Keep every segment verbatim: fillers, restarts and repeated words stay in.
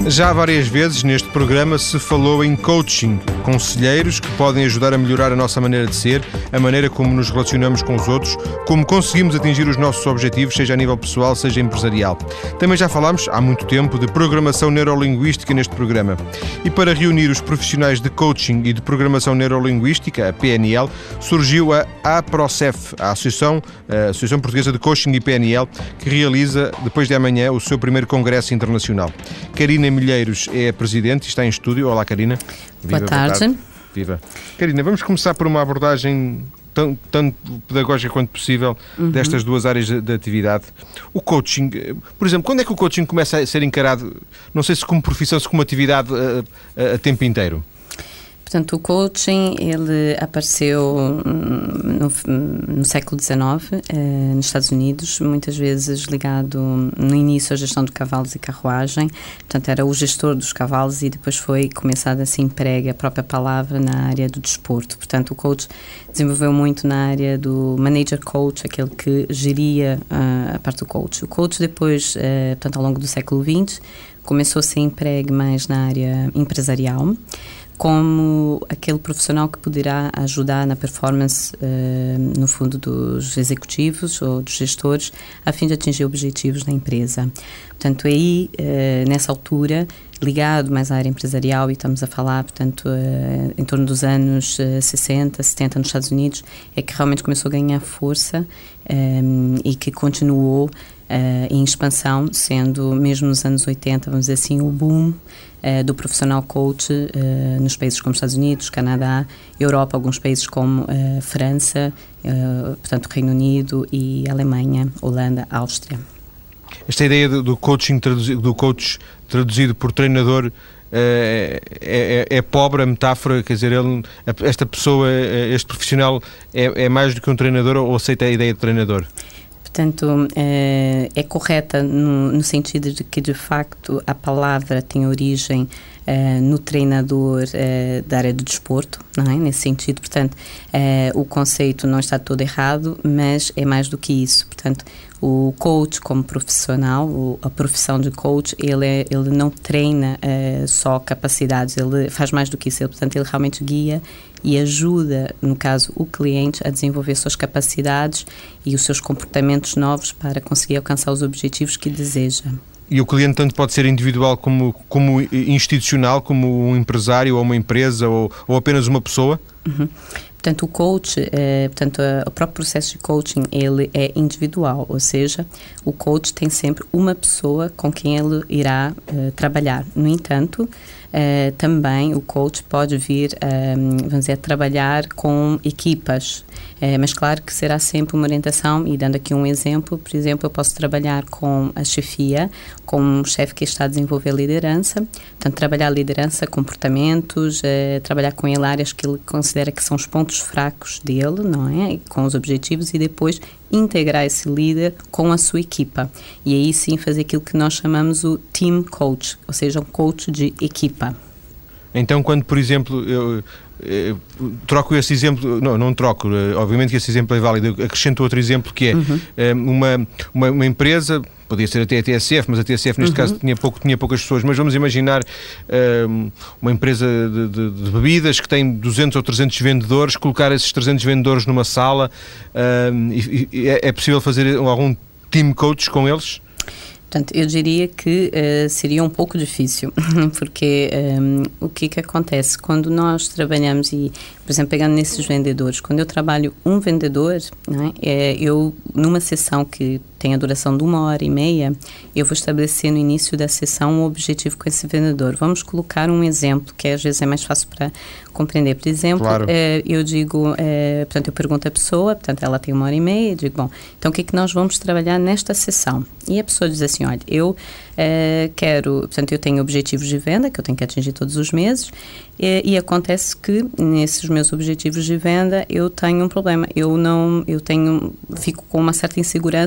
Já várias vezes neste programa se falou em coaching, conselheiros que podem ajudar a melhorar a nossa maneira de ser, a maneira como nos relacionamos com os outros, como conseguimos atingir os nossos objetivos, seja a nível pessoal, seja empresarial. Também já falámos há muito tempo de programação neurolinguística neste programa. E para reunir os profissionais de coaching e de programação neurolinguística, a P N L, surgiu a APROCEF, a Associação, a Associação Portuguesa de Coaching e P N L, que realiza, depois de amanhã, o seu primeiro congresso internacional. Carina Milheiros é a presidente e está em estúdio. Olá, Carina. Viva, boa tarde. Boa tarde. Viva. Carina, vamos começar por uma abordagem tão, tão pedagógica quanto possível uhum. destas duas áreas de atividade. O coaching, por exemplo, quando é que o coaching começa a ser encarado, não sei se como profissão, se como atividade a, a, a tempo inteiro? Portanto, o coaching, ele apareceu no, no século dezenove, eh, nos Estados Unidos, muitas vezes ligado no início à gestão de cavalos e carruagem. Portanto, era o gestor dos cavalos e depois foi começado a se emprega a própria palavra na área do desporto. Portanto, o coach desenvolveu muito na área do manager coach, aquele que geria uh, a parte do coach. O coach depois, uh, portanto, ao longo do século vinte, começou a ser empregue mais na área empresarial, como aquele profissional que poderá ajudar na performance, uh, no fundo, dos executivos ou dos gestores, a fim de atingir objetivos da empresa. Portanto, aí, uh, nessa altura, ligado mais à área empresarial, e estamos a falar, portanto, uh, em torno dos anos uh, sessenta, setenta nos Estados Unidos, é que realmente começou a ganhar força um, e que continuou Uh, em expansão, sendo mesmo nos anos oitenta, vamos dizer assim, o boom uh, do profissional coach uh, nos países como Estados Unidos, Canadá, Europa, alguns países como uh, França, uh, portanto Reino Unido e Alemanha, Holanda, Áustria. Esta ideia do, do coaching traduzido, do coach traduzido por treinador é, é, é pobre a metáfora, quer dizer, ele, esta pessoa, este profissional é, é mais do que um treinador ou aceita a ideia de treinador? Portanto, é, é correta no, no sentido de que, de facto, a palavra tem origem é, no treinador é, da área do desporto, não é? Nesse sentido, portanto, é, o conceito não está todo errado, mas é mais do que isso. Portanto, o coach como profissional, o, a profissão de coach, ele, é, ele não treina é, só capacidades, ele faz mais do que isso. Ele, portanto, ele realmente guia e ajuda, no caso, o cliente a desenvolver suas capacidades e os seus comportamentos novos para conseguir alcançar os objetivos que deseja. E o cliente tanto pode ser individual como, como institucional, como um empresário ou uma empresa ou, ou apenas uma pessoa? Uhum. Portanto, o coach, é, portanto, a, o próprio processo de coaching, ele é individual, ou seja, o coach tem sempre uma pessoa com quem ele irá uh, trabalhar. No entanto, uh, também o coach pode vir, um, vamos dizer, a trabalhar com equipas, uh, mas claro que será sempre uma orientação, e dando aqui um exemplo, por exemplo, eu posso trabalhar com a chefia, com um chefe que está a desenvolver liderança, portanto, trabalhar liderança, comportamentos, uh, trabalhar com ele áreas que ele considera que são os pontos fracos dele, não é? Com os objetivos, e depois integrar esse líder com a sua equipa. E aí sim fazer aquilo que nós chamamos o team coach, ou seja, um coach de equipa. Então, quando, por exemplo, eu, eu troco esse exemplo, não, não troco, obviamente que esse exemplo é válido, eu acrescento outro exemplo que é uhum. uma, uma, uma empresa, podia ser até a T S F, mas a T S F neste uhum. caso tinha, pouco, tinha poucas pessoas, mas vamos imaginar um, uma empresa de, de, de bebidas que tem duzentos ou trezentos vendedores, colocar esses trezentos vendedores numa sala, um, e, e é possível fazer algum team coach com eles? Portanto, eu diria que uh, seria um pouco difícil, porque um, o que que acontece? Quando nós trabalhamos, e, por exemplo, pegando nesses vendedores, quando eu trabalho um vendedor, não é, é, eu, numa sessão que tem a duração de uma hora e meia, eu vou estabelecer no início da sessão um objetivo com esse vendedor. Vamos colocar um exemplo, que às vezes é mais fácil para compreender. Por exemplo, claro. eh, eu digo, eh, portanto, eu pergunto à pessoa, portanto, ela tem uma hora e meia, eu digo, bom, então o que é que nós vamos trabalhar nesta sessão? E a pessoa diz assim, olha, eu eh, quero, portanto, eu tenho objetivos de venda, que eu tenho que atingir todos os meses, e, e acontece que nesses meus objetivos de venda eu tenho um problema, eu não, eu tenho, fico com uma certa insegurança em determinado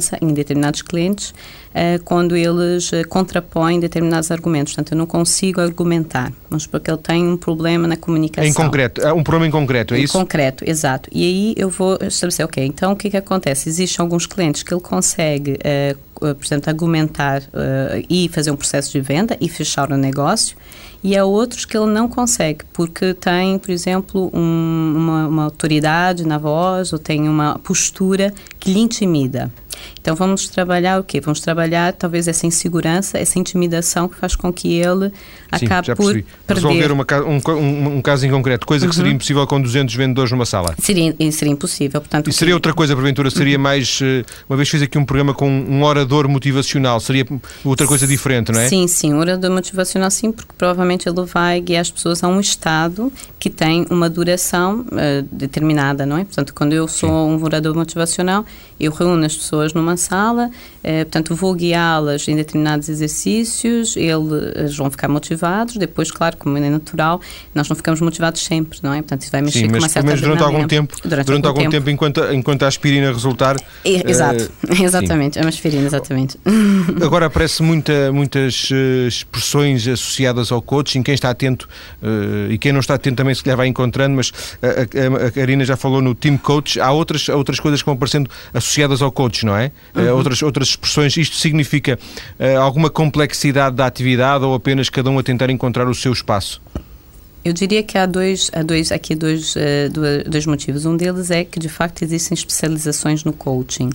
determinados clientes uh, quando eles uh, contrapõem determinados argumentos. Portanto, eu não consigo argumentar. Vamos supor que ele tem um problema na comunicação. Em concreto, um problema em concreto, é em isso? Em concreto, exato. E aí eu vou estabelecer, ok, então o que é que acontece? Existem alguns clientes que ele consegue, uh, portanto, argumentar uh, e fazer um processo de venda e fechar o negócio, e há outros que ele não consegue, porque tem, por exemplo, um, uma, uma autoridade na voz ou tem uma postura que lhe intimida. Então, vamos trabalhar o quê? Vamos trabalhar, talvez, essa insegurança, essa intimidação que faz com que ele Sim, acabe já por percebi. perder. Resolver uma, um, um, um caso em concreto, coisa uhum. que seria impossível com duzentos vendedores numa sala. Seria, seria impossível. Portanto, e seria que... outra coisa, porventura, seria uhum. mais... Uma vez fiz aqui um programa com um orador motivacional, seria outra coisa diferente, não é? Sim, sim, um orador motivacional sim, porque provavelmente ele vai guiar as pessoas a um estado que tem uma duração uh, determinada, não é? Portanto, quando eu sou sim. um orador motivacional, eu reúno as pessoas numa sala, eh, portanto, vou guiá-las em determinados exercícios, eles vão ficar motivados, depois, claro, como é natural, nós não ficamos motivados sempre, não é? Portanto, isso vai mexer Sim, com mas, uma certa mas durante algum tempo, durante, durante algum, algum tempo, tempo enquanto, enquanto a aspirina resultar... É, exato, uh, exatamente, sim. é uma aspirina, exatamente. Agora aparece muita, muitas uh, expressões associadas ao coaching, quem está atento uh, e quem não está atento também se calhar vai encontrando, mas a, a, a Karina já falou no team coach, há outras, outras coisas que vão aparecendo associadas ao coach, não é? Uhum. Uh, outras, outras expressões, isto significa uh, alguma complexidade da atividade ou apenas cada um a tentar encontrar o seu espaço? Eu diria que há dois, há dois aqui dois, uh, dois motivos. Um deles é que, de facto, existem especializações no coaching.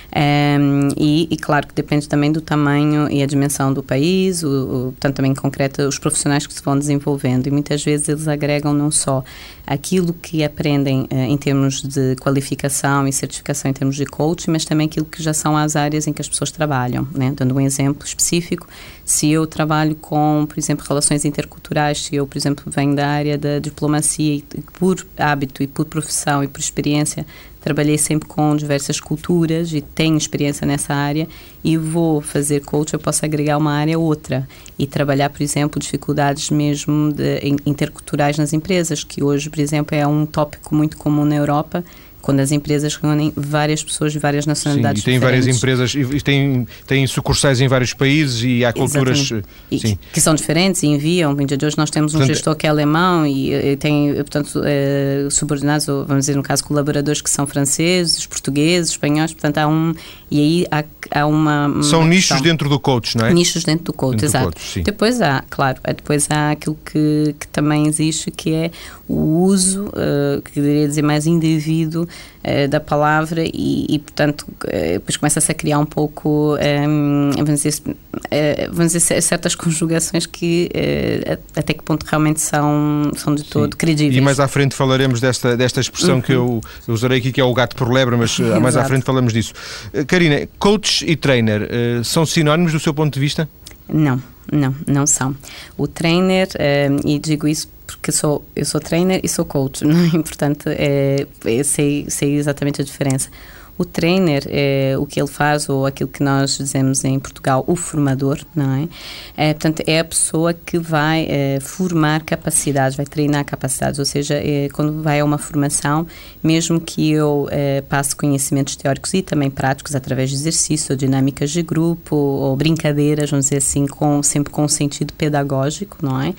Um, e, e, claro, que depende também do tamanho e a dimensão do país, o, o, portanto, também em concreto, os profissionais que se vão desenvolvendo. E muitas vezes eles agregam não só aquilo que aprendem uh, em termos de qualificação e certificação em termos de coaching, mas também aquilo que já são as áreas em que as pessoas trabalham, né? Dando um exemplo específico, se eu trabalho com, por exemplo, relações interculturais, se eu, por exemplo, venho da área da diplomacia e por hábito e por profissão e por experiência, trabalhei sempre com diversas culturas e tenho experiência nessa área e vou fazer coach, eu posso agregar uma área a outra e trabalhar, por exemplo, dificuldades mesmo de, interculturais nas empresas, que hoje, por exemplo, é um tópico muito comum na Europa, quando as empresas reúnem várias pessoas de várias nacionalidades. Sim, e tem diferentes. Várias empresas, e tem, tem sucursais em vários países e há culturas... E, sim. Que são diferentes e enviam. No dia de hoje nós temos um portanto, gestor que é alemão e, e tem, portanto, eh, subordinados, ou vamos dizer, no caso, colaboradores que são franceses, portugueses, espanhóis, portanto há um... E aí há, há uma... uma são nichos questão. dentro do coach, não é? Nichos dentro do coach, dentro exato. Do coach, depois há, claro, depois há aquilo que, que também existe, que é o uso, uh, que deveria dizer mais indevido, uh, da palavra e, e portanto, uh, depois começa-se a criar um pouco, um, vamos dizer, uh, vamos dizer, certas conjugações que uh, até que ponto realmente são, são de todo Sim. credíveis. E mais à frente falaremos desta, desta expressão uhum. que eu, eu usarei aqui, que é o gato por lebre, mas uh, mais à frente falamos disso. Uh, Karina, coach e trainer uh, são sinónimos do seu ponto de vista? Não, não, não são. O trainer, uh, e digo isso porque sou, eu sou trainer e sou coach, não é? Portanto, é, eu sei, sei exatamente a diferença. O trainer, é, o que ele faz, ou aquilo que nós dizemos em Portugal, o formador, não é? É, portanto, é a pessoa que vai é, formar capacidades, vai treinar capacidades, ou seja, é, quando vai a uma formação, mesmo que eu é, passe conhecimentos teóricos e também práticos através de exercícios, ou dinâmicas de grupo, ou brincadeiras, vamos dizer assim, com, sempre com um sentido pedagógico, não é?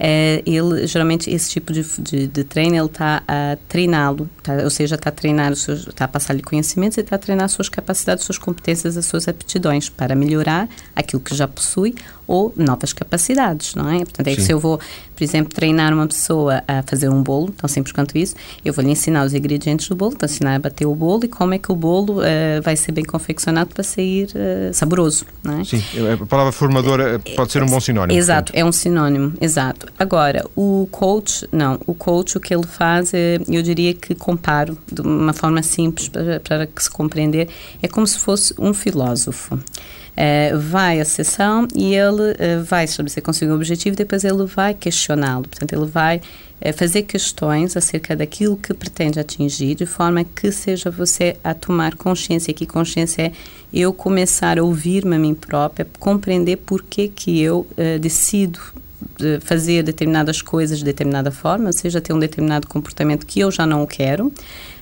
É ele, geralmente, esse tipo de, de, de treino, ele está a treiná-lo, tá, ou seja, está a treinar, está a passar-lhe conhecimento, e está a treinar as suas capacidades, as suas competências, as suas aptidões para melhorar aquilo que já possui ou novas capacidades, não é? Portanto, é que se eu vou, por exemplo, treinar uma pessoa a fazer um bolo, tão simples quanto isso, eu vou lhe ensinar os ingredientes do bolo, vou ensinar a bater o bolo e como é que o bolo uh, vai ser bem confeccionado para sair uh, saboroso, não é? Sim, a palavra formadora pode ser um bom sinónimo. Exato, portanto. É um sinónimo, exato. Agora, o coach, não, o coach o que ele faz, é, eu diria que comparo de uma forma simples para, para que se compreender, é como se fosse um filósofo. Uh, vai à sessão e ele uh, vai estabelecer consigo um objetivo, depois ele vai questioná-lo, portanto ele vai uh, fazer questões acerca daquilo que pretende atingir, de forma que seja você a tomar consciência, que consciência é eu começar a ouvir-me a mim própria, compreender porque que eu uh, decido de fazer determinadas coisas de determinada forma, ou seja, ter um determinado comportamento que eu já não o quero,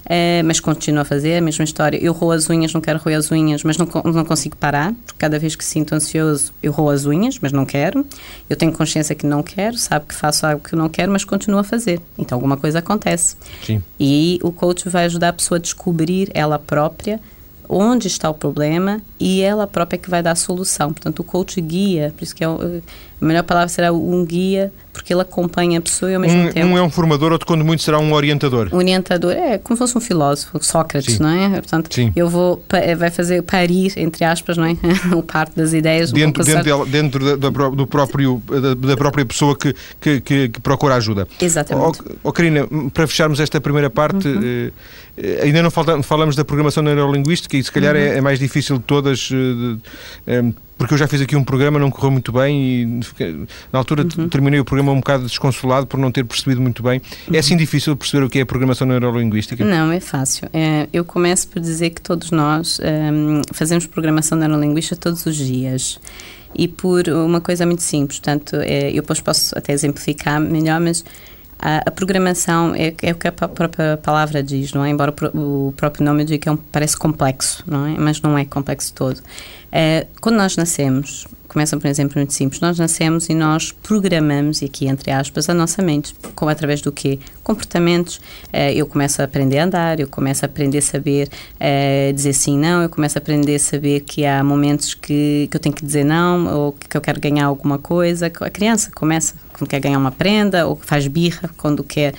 Uh, mas continuo a fazer a mesma história. Eu roo as unhas, não quero roer as unhas, mas não, não consigo parar, porque cada vez que sinto ansioso, eu roo as unhas, mas não quero. Eu tenho consciência que não quero, sabe que faço algo que não quero, mas continuo a fazer. Então alguma coisa acontece. Sim. E o coach vai ajudar a pessoa a descobrir ela própria onde está o problema e ela própria que vai dar a solução. Portanto, o coach guia, por isso que é o, a melhor palavra será um guia, porque ele acompanha a pessoa e ao mesmo um, tempo... Um é um formador, outro quando muito será um orientador. Um orientador, é como se fosse um filósofo, Sócrates, Sim. não é? Portanto, Sim. eu vou, vai fazer parir, entre aspas, não é? O parto das ideias. Dentro, dentro, dentro da, da, do próprio, da, da própria pessoa que, que, que, que procura ajuda. Exatamente. Oh, oh, Carina, para fecharmos esta primeira parte, uhum. eh, ainda não falta, falamos da programação neurolinguística e se calhar uhum. é, é mais difícil de todas... Eh, eh, porque eu já fiz aqui um programa, não correu muito bem e na altura uhum. terminei o programa um bocado desconsolado por não ter percebido muito bem. Uhum. É assim difícil perceber o que é a programação neurolinguística? Não, é fácil. É, eu começo por dizer que todos nós um, fazemos programação neurolinguística todos os dias. E por uma coisa muito simples, portanto, é, eu depois posso até exemplificar melhor, mas a, a programação é, é o que a própria palavra diz, não é? Embora o, o próprio nome diga que é um, parece complexo, não é? Mas não é complexo todo. Uh, quando nós nascemos, começa por um exemplo muito simples, nós nascemos e nós programamos, e aqui entre aspas, a nossa mente, como através do quê? Comportamentos, uh, eu começo a aprender a andar, eu começo a aprender a saber uh, dizer sim, não, eu começo a aprender a saber que há momentos que, que eu tenho que dizer não, ou que eu quero ganhar alguma coisa. A criança começa quando quer ganhar uma prenda, ou faz birra quando quer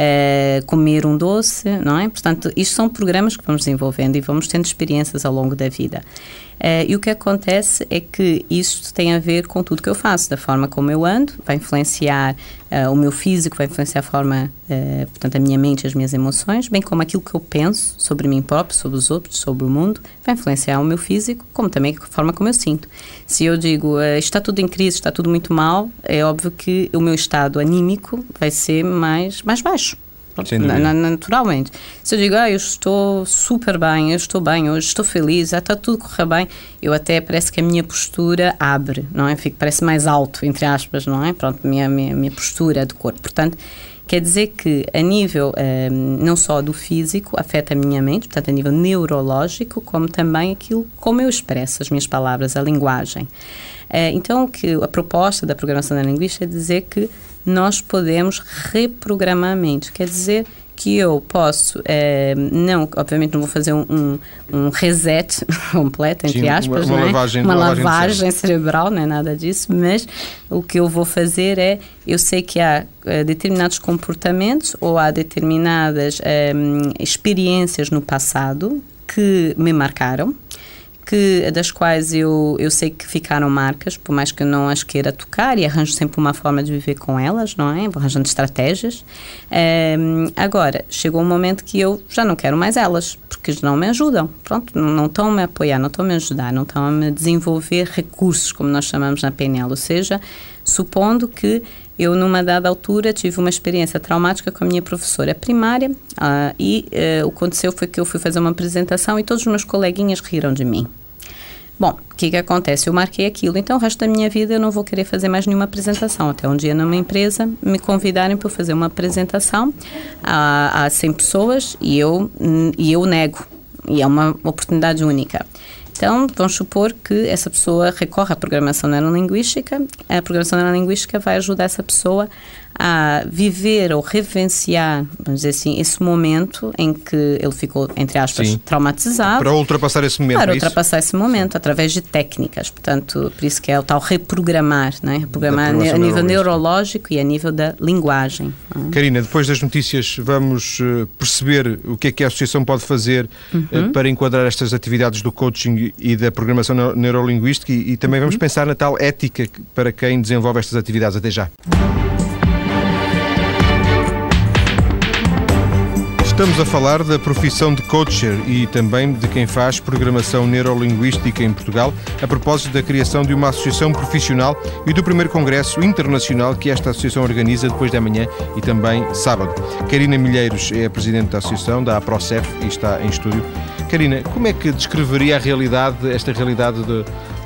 uh, comer um doce, não é? Portanto, isto são programas que vamos desenvolvendo e vamos tendo experiências ao longo da vida. Uh, e o que acontece é que isto tem a ver com tudo que eu faço, da forma como eu ando, vai influenciar uh, o meu físico, vai influenciar a forma, uh, portanto, a minha mente, as minhas emoções, bem como aquilo que eu penso sobre mim próprio, sobre os outros, sobre o mundo, vai influenciar o meu físico, como também a forma como eu sinto. Se eu digo, uh, está tudo em crise, está tudo muito mal, é óbvio que o meu estado anímico vai ser mais, mais baixo. Na, naturalmente. Se eu digo, ah, eu estou super bem, eu estou bem, hoje estou feliz, já está tudo a correr bem, eu até parece que a minha postura abre, não é? Fico, parece mais alto, entre aspas, não é? Pronto, a minha, minha, minha postura do corpo. Portanto, quer dizer que a nível um, não só do físico afeta a minha mente, portanto a nível neurológico, como também aquilo como eu expresso as minhs palavras, a linguagem. Uh, então, que a proposta da programação neurolinguística é dizer que nós podemos reprogramar a mente, quer dizer que eu posso, eh, não, obviamente não vou fazer um, um, um reset completo, entre Sim, aspas, uma, uma não é? lavagem, uma uma lavagem, lavagem cerebral, não é nada disso, mas o que eu vou fazer é, eu sei que há uh, determinados comportamentos ou há determinadas um, experiências no passado que me marcaram, que, das quais eu, eu sei que ficaram marcas, por mais que eu não as queira tocar, e arranjo sempre uma forma de viver com elas, não é? Vou arranjando estratégias. Um, agora, chegou um momento que eu já não quero mais elas, porque não me ajudam. Pronto, não, não estão a me apoiar, não estão a me ajudar, não estão a me desenvolver recursos, como nós chamamos na P N L, ou seja, supondo que eu, numa dada altura, tive uma experiência traumática com a minha professora primária uh, e uh, o que aconteceu foi que eu fui fazer uma apresentação e todos os meus coleguinhas riram de mim. Bom, o que que acontece? Eu marquei aquilo, então o resto da minha vida eu não vou querer fazer mais nenhuma apresentação. Até um dia numa empresa me convidarem para eu fazer uma apresentação a, a cem pessoas e eu, e eu nego. E é uma oportunidade única. Então, vamos supor que essa pessoa recorre à programação neurolinguística. A programação neurolinguística vai ajudar essa pessoa a viver ou revivenciar, vamos dizer assim, esse momento em que ele ficou, entre aspas, Sim. traumatizado. Para ultrapassar esse momento. Para é ultrapassar isso? esse momento, Sim. através de técnicas. Portanto, por isso que é o tal reprogramar, não é? Reprogramar a nível neurológico e a nível da linguagem. Não é? Carina, depois das notícias vamos uh, perceber o que é que a Associação pode fazer uhum. uh, para enquadrar estas atividades do coaching e da programação neurolinguística e, e também vamos uhum. pensar na tal ética para quem desenvolve estas atividades. Até já. Estamos a falar da profissão de coacher e também de quem faz programação neurolinguística em Portugal, a propósito da criação de uma associação profissional e do primeiro congresso internacional que esta associação organiza depois de amanhã e também sábado. Carina Milheiros é a presidente da associação, da APROCEF, e está em estúdio. Carina, como é que descreveria a realidade, esta realidade de,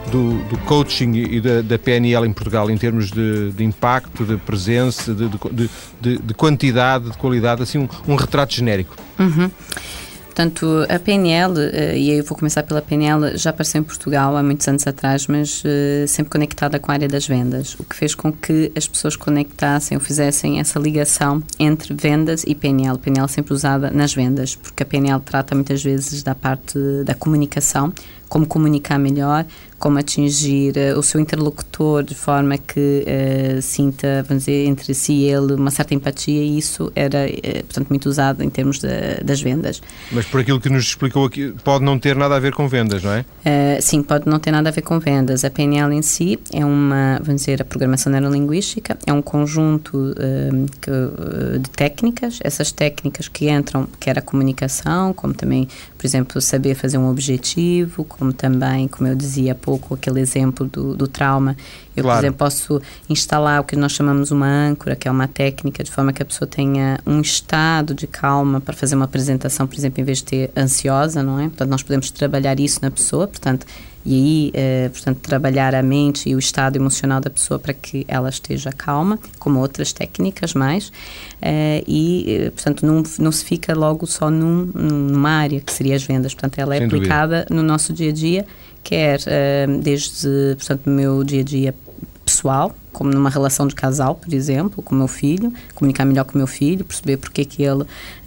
do, do coaching e da, da P N L em Portugal, em termos de, de impacto, de presença, de, de, de, de quantidade, de qualidade, assim um, um retrato genérico. Uhum. Portanto, a P N L, e aí eu vou começar pela P N L, já apareceu em Portugal há muitos anos atrás, mas uh, sempre conectada com a área das vendas, o que fez com que as pessoas conectassem ou fizessem essa ligação entre vendas e P N L. P N L sempre usada nas vendas, porque a P N L trata muitas vezes da parte da comunicação, como comunicar melhor, como atingir uh, o seu interlocutor de forma que uh, sinta, vamos dizer, entre si e ele uma certa empatia, e isso era, uh, portanto, muito usado em termos de, das vendas. Mas por aquilo que nos explicou aqui, pode não ter nada a ver com vendas, não é? Uh, sim, pode não ter nada a ver com vendas. A P N L em si é uma, vamos dizer, a programação neurolinguística, é um conjunto uh, que, uh, de técnicas, essas técnicas que entram, quer a comunicação, como também, por exemplo, saber fazer um objetivo, como também, como eu dizia há pouco, aquele exemplo do, do trauma. Eu, claro. Por exemplo, posso instalar o que nós chamamos uma âncora, que é uma técnica de forma que a pessoa tenha um estado de calma para fazer uma apresentação, por exemplo, em vez de ter ansiosa, não é? Portanto, nós podemos trabalhar isso na pessoa, portanto, e aí, eh, portanto, trabalhar a mente e o estado emocional da pessoa para que ela esteja calma, como outras técnicas mais, eh, e, eh, portanto, não, não se fica logo só num, numa área, que seria as vendas, portanto, ela é Sem aplicada dúvida. No nosso dia-a-dia, quer eh, desde, portanto, no meu dia-a-dia pessoal, como numa relação de casal, por exemplo, com o meu filho, comunicar melhor com o meu filho, perceber porque é que ele uh,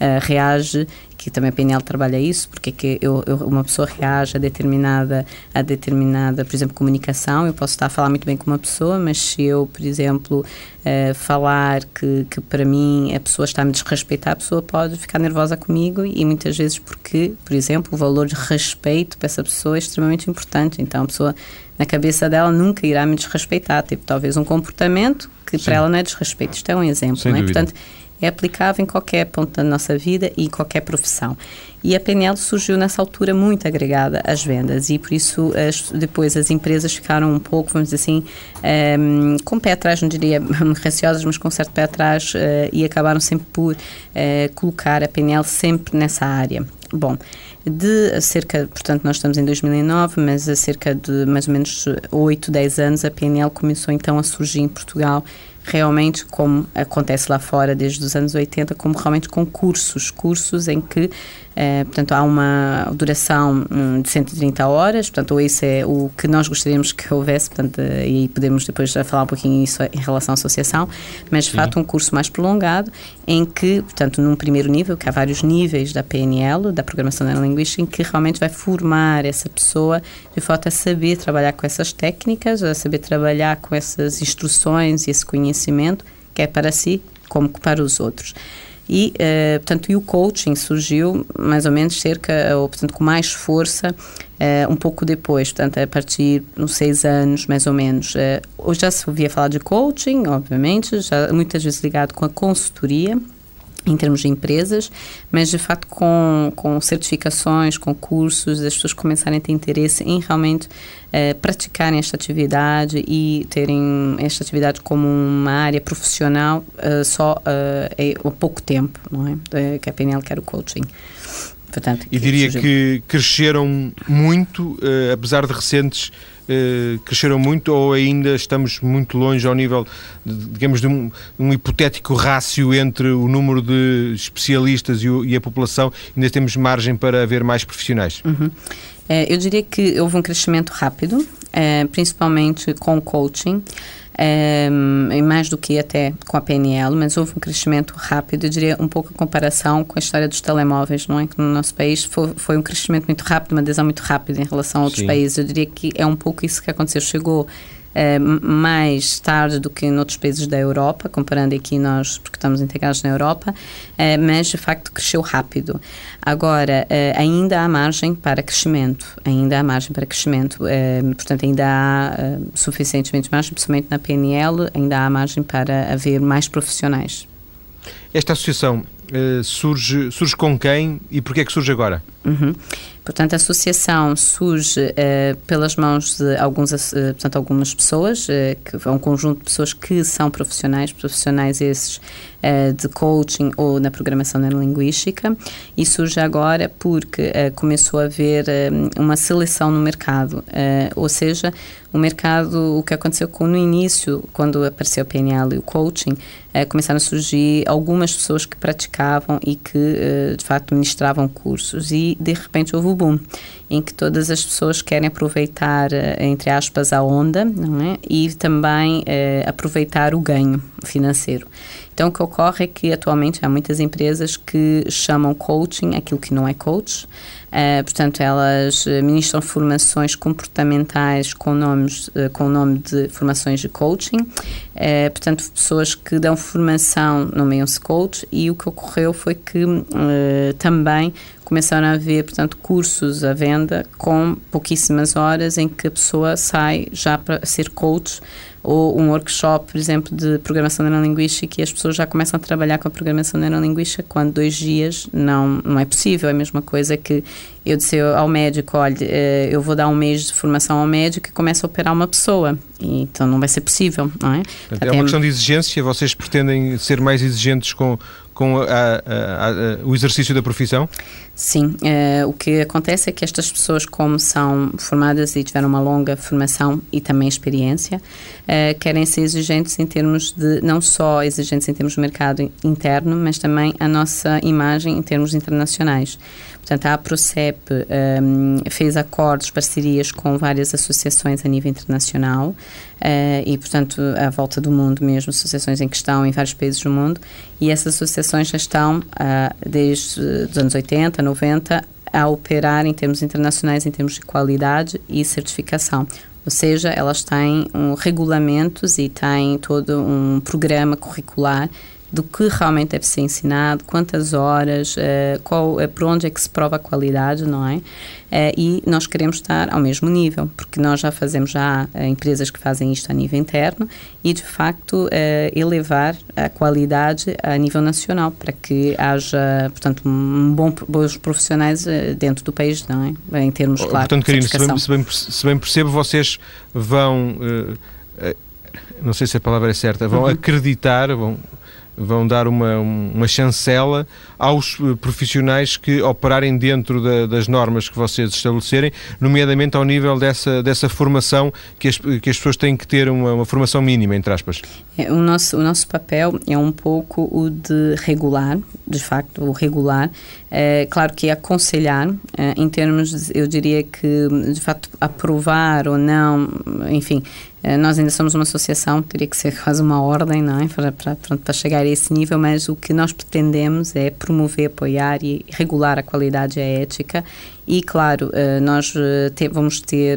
reage, que também a P N L trabalha isso, porque é que eu, eu, uma pessoa reage a determinada, a determinada, por exemplo, comunicação. Eu posso estar a falar muito bem com uma pessoa, mas se eu, por exemplo, uh, falar que, que para mim a pessoa está a me desrespeitar, a pessoa pode ficar nervosa comigo, e muitas vezes porque, por exemplo, o valor de respeito para essa pessoa é extremamente importante. Então a pessoa, na cabeça dela, nunca irá me desrespeitar, tipo, talvez um comportamento que Sim. para ela não é desrespeito. Isto é um exemplo, não é? Portanto, é aplicável em qualquer ponto da nossa vida e em qualquer profissão. E a P N L surgiu nessa altura muito agregada às vendas, e por isso as, depois as empresas ficaram um pouco, vamos dizer assim, um, com o pé atrás, não diria receosas, mas com um certo pé atrás, uh, e acabaram sempre por uh, colocar a P N L sempre nessa área. Bom, de cerca, portanto, nós estamos em dois mil e nove, mas a cerca de mais ou menos oito, dez anos, a P N L começou então a surgir em Portugal, realmente como acontece lá fora desde os anos oitenta, como realmente com cursos, cursos em que, eh, portanto, há uma duração hum, de cento e trinta horas, portanto, ou isso é o que nós gostaríamos que houvesse, portanto, eh, e aí podemos depois falar um pouquinho isso em relação à associação, mas de Sim. fato um curso mais prolongado, em que, portanto, num primeiro nível, que há vários níveis da P N L, da Programação Neurolinguística, em que realmente vai formar essa pessoa de forma a saber trabalhar com essas técnicas, a saber trabalhar com essas instruções e esse conhecimento, quer para si como para os outros. E, uh, portanto, e o coaching surgiu mais ou menos cerca, ou portanto, com mais força, uh, um pouco depois, portanto, a partir de uns seis anos, mais ou menos. Uh, hoje já se ouvia falar de coaching, obviamente, já muitas vezes ligado com a consultoria, em termos de empresas, mas de facto com, com certificações, com cursos, as pessoas começarem a ter interesse em realmente uh, praticarem esta atividade e terem esta atividade como uma área profissional uh, só uh, há pouco tempo, não é? Uh, que a P N L quer o coaching. Portanto, e diria surgiu. que cresceram muito, uh, apesar de recentes, Uh, cresceram muito, ou ainda estamos muito longe ao nível, de, digamos, de um, um hipotético rácio entre o número de especialistas e, o, e a população, ainda temos margem para haver mais profissionais? Uhum. Uh, eu diria que houve um crescimento rápido, uh, principalmente com o coaching, Um, e mais do que até com a P N L, mas houve um crescimento rápido, eu diria um pouco a comparação com a história dos telemóveis, não é? Que no nosso país foi, foi um crescimento muito rápido, uma adesão muito rápida em relação a outros Sim. países. Eu diria que é um pouco isso que aconteceu, chegou Uh, mais tarde do que em outros países da Europa, comparando aqui nós, porque estamos integrados na Europa, uh, mas de facto cresceu rápido. Agora, uh, ainda há margem para crescimento, ainda há margem para crescimento, uh, portanto ainda há uh, suficientemente margem, principalmente na P N L, ainda há margem para haver mais profissionais. Esta associação uh, surge, surge com quem e porquê é que surge agora? Uhum. Portanto, a associação surge uh, pelas mãos de alguns, uh, portanto, algumas pessoas, uh, que é um conjunto de pessoas que são profissionais, profissionais esses uh, de coaching ou na programação neurolinguística, e surge agora porque uh, começou a haver uh, uma seleção no mercado, uh, ou seja, o mercado, o que aconteceu com, no início, quando apareceu o P N L e o coaching, uh, começaram a surgir algumas pessoas que praticavam e que, uh, de facto, ministravam cursos, e de repente houve o boom, em que todas as pessoas querem aproveitar, entre aspas, a onda, não é? E também eh, aproveitar o ganho financeiro. Então, o que ocorre é que, atualmente, há muitas empresas que chamam coaching aquilo que não é coach. Uh, portanto, elas ministram formações comportamentais com, nomes, uh, com o nome de formações de coaching. Uh, portanto, pessoas que dão formação nomeiam-se coach, e o que ocorreu foi que uh, também começaram a haver, portanto, cursos à venda com pouquíssimas horas em que a pessoa sai já para ser coach, ou um workshop, por exemplo, de programação neurolinguística, e as pessoas já começam a trabalhar com a programação neurolinguística quando dois dias não, não é possível. É a mesma coisa que eu disse ao médico, olha, eu vou dar um mês de formação ao médico e começo a operar uma pessoa. E, então não vai ser possível, não é? Portanto, é uma questão de exigência. Vocês pretendem ser mais exigentes com, com a, a, a, a, o exercício da profissão? Sim, uh, o que acontece é que estas pessoas, como são formadas e tiveram uma longa formação e também experiência, uh, querem ser exigentes em termos de, não só exigentes em termos do mercado interno, mas também a nossa imagem em termos internacionais. Portanto, a APROCEP um, fez acordos, parcerias com várias associações a nível internacional, uh, e, portanto, à volta do mundo mesmo, associações em que estão em vários países do mundo, e essas associações já estão uh, desde os anos oitenta, noventa, a operar em termos internacionais, em termos de qualidade e certificação. Ou seja, elas têm um, regulamentos e têm todo um programa curricular do que realmente deve ser ensinado, quantas horas, uh, qual, uh, por onde é que se prova a qualidade, não é? Uh, e nós queremos estar ao mesmo nível, porque nós já fazemos já uh, empresas que fazem isto a nível interno, e de facto uh, elevar a qualidade a nível nacional, para que haja, portanto, um bom, bons profissionais uh, dentro do país, não é? Em termos, claro, portanto, Karina, se bem, se, bem, se bem percebo, vocês vão, uh, uh, não sei se a palavra é certa, vão uhum. acreditar, vão... vão dar uma, uma chancela aos profissionais que operarem dentro da, das normas que vocês estabelecerem, nomeadamente ao nível dessa, dessa formação que as, que as pessoas têm que ter uma, uma formação mínima, entre aspas. É, o, nosso, o nosso papel é um pouco o de regular, de facto, o regular. É, claro que aconselhar, é, em termos, de, eu diria que, de facto, aprovar ou não, enfim, é, nós ainda somos uma associação, teria que ser quase uma ordem, não é? Para, para, para chegar a esse nível, mas o que nós pretendemos é promover, apoiar e regular a qualidade e a ética, e, claro, é, nós te, vamos ter,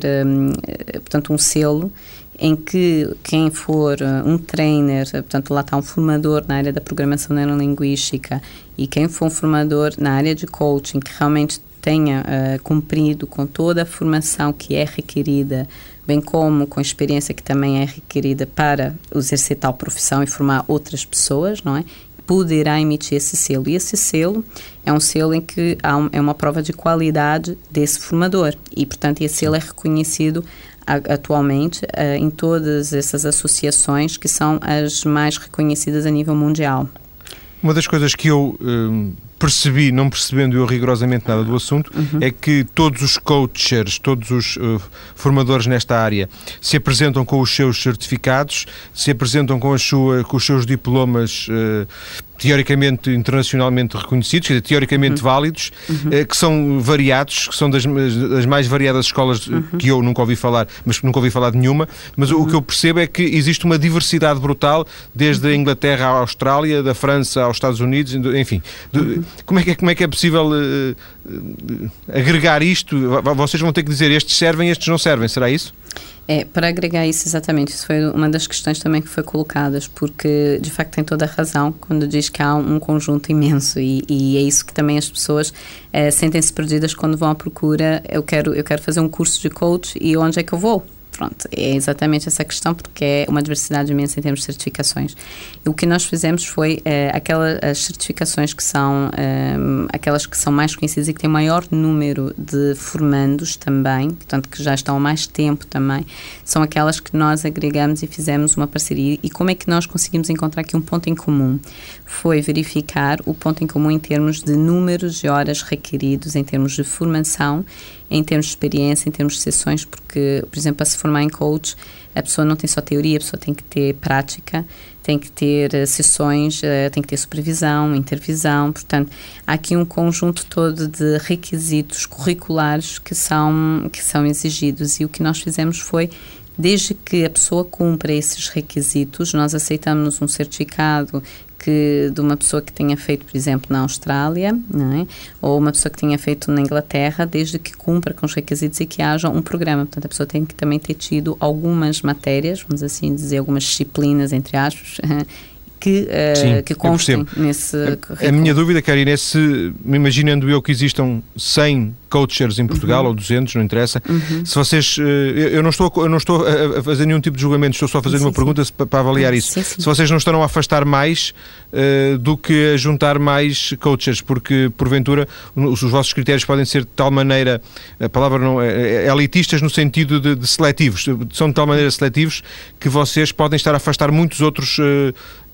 é, portanto, um selo em que quem for um trainer, portanto lá está um formador na área da programação neurolinguística, e quem for um formador na área de coaching que realmente tenha uh, cumprido com toda a formação que é requerida, bem como com a experiência que também é requerida para exercer tal profissão e formar outras pessoas, não é? Poderá emitir esse selo. E esse selo é um selo em que há um, é uma prova de qualidade desse formador, e, portanto, esse selo é reconhecido atualmente uh, em todas essas associações que são as mais reconhecidas a nível mundial. Uma das coisas que eu um, percebi, não percebendo eu rigorosamente nada do assunto, uhum. é que todos os coaches, todos os uh, formadores nesta área se apresentam com os seus certificados, se apresentam com, a sua, com os seus diplomas uh, teoricamente internacionalmente reconhecidos, quer dizer, teoricamente uhum. válidos, uhum. Eh, que são variados, que são das, das mais variadas escolas uhum. que eu nunca ouvi falar, mas nunca ouvi falar de nenhuma, mas uhum. o que eu percebo é que existe uma diversidade brutal, desde a Inglaterra à Austrália, da França aos Estados Unidos, enfim. Uhum. Como é que é, como é, que é possível uh, uh, agregar isto? Vocês vão ter que dizer, estes servem, estes não servem, será isso? É, para agregar isso, exatamente, isso foi uma das questões também que foi colocadas, porque de facto tem toda a razão quando diz que há um, um conjunto imenso, e, e é isso que também as pessoas é, sentem-se perdidas quando vão à procura. Eu quero, eu quero fazer um curso de coach, e onde é que eu vou? Pronto, é exatamente essa questão, porque é uma diversidade imensa em termos de certificações. E o que nós fizemos foi uh, aquelas as certificações que são um, aquelas que são mais conhecidas e que têm maior número de formandos também, portanto que já estão há mais tempo também, são aquelas que nós agregamos e fizemos uma parceria. E como é que nós conseguimos encontrar aqui um ponto em comum? Foi verificar o ponto em comum em termos de números de horas requeridos, em termos de formação, em termos de experiência, em termos de sessões, porque, por exemplo, para se formar em coach, a pessoa não tem só teoria, a pessoa tem que ter prática, tem que ter uh, sessões, uh, tem que ter supervisão, intervisão, portanto, há aqui um conjunto todo de requisitos curriculares que são, que são exigidos, e o que nós fizemos foi, desde que a pessoa cumpra esses requisitos, nós aceitamos um certificado que, de uma pessoa que tenha feito, por exemplo, na Austrália, não é? Ou uma pessoa que tenha feito na Inglaterra, desde que cumpra com os requisitos e que haja um programa. Portanto, a pessoa tem que também ter tido algumas matérias, vamos assim dizer, algumas disciplinas, entre aspas, que, uh, Sim, que constem nesse a, a minha dúvida, Karina, é se, imaginando eu que existam cem coachers em Portugal, uhum. ou duzentos, não interessa, uhum. se vocês, eu, eu não estou, eu não estou a fazer nenhum tipo de julgamento, estou só a fazer sim, uma sim. pergunta para, para avaliar isso, sim, sim. se vocês não estão a afastar mais uh, do que a juntar mais coachers, porque porventura os, os vossos critérios podem ser de tal maneira, a palavra não é, elitistas no sentido de, de seletivos, são de tal maneira seletivos que vocês podem estar a afastar muitos outros uh,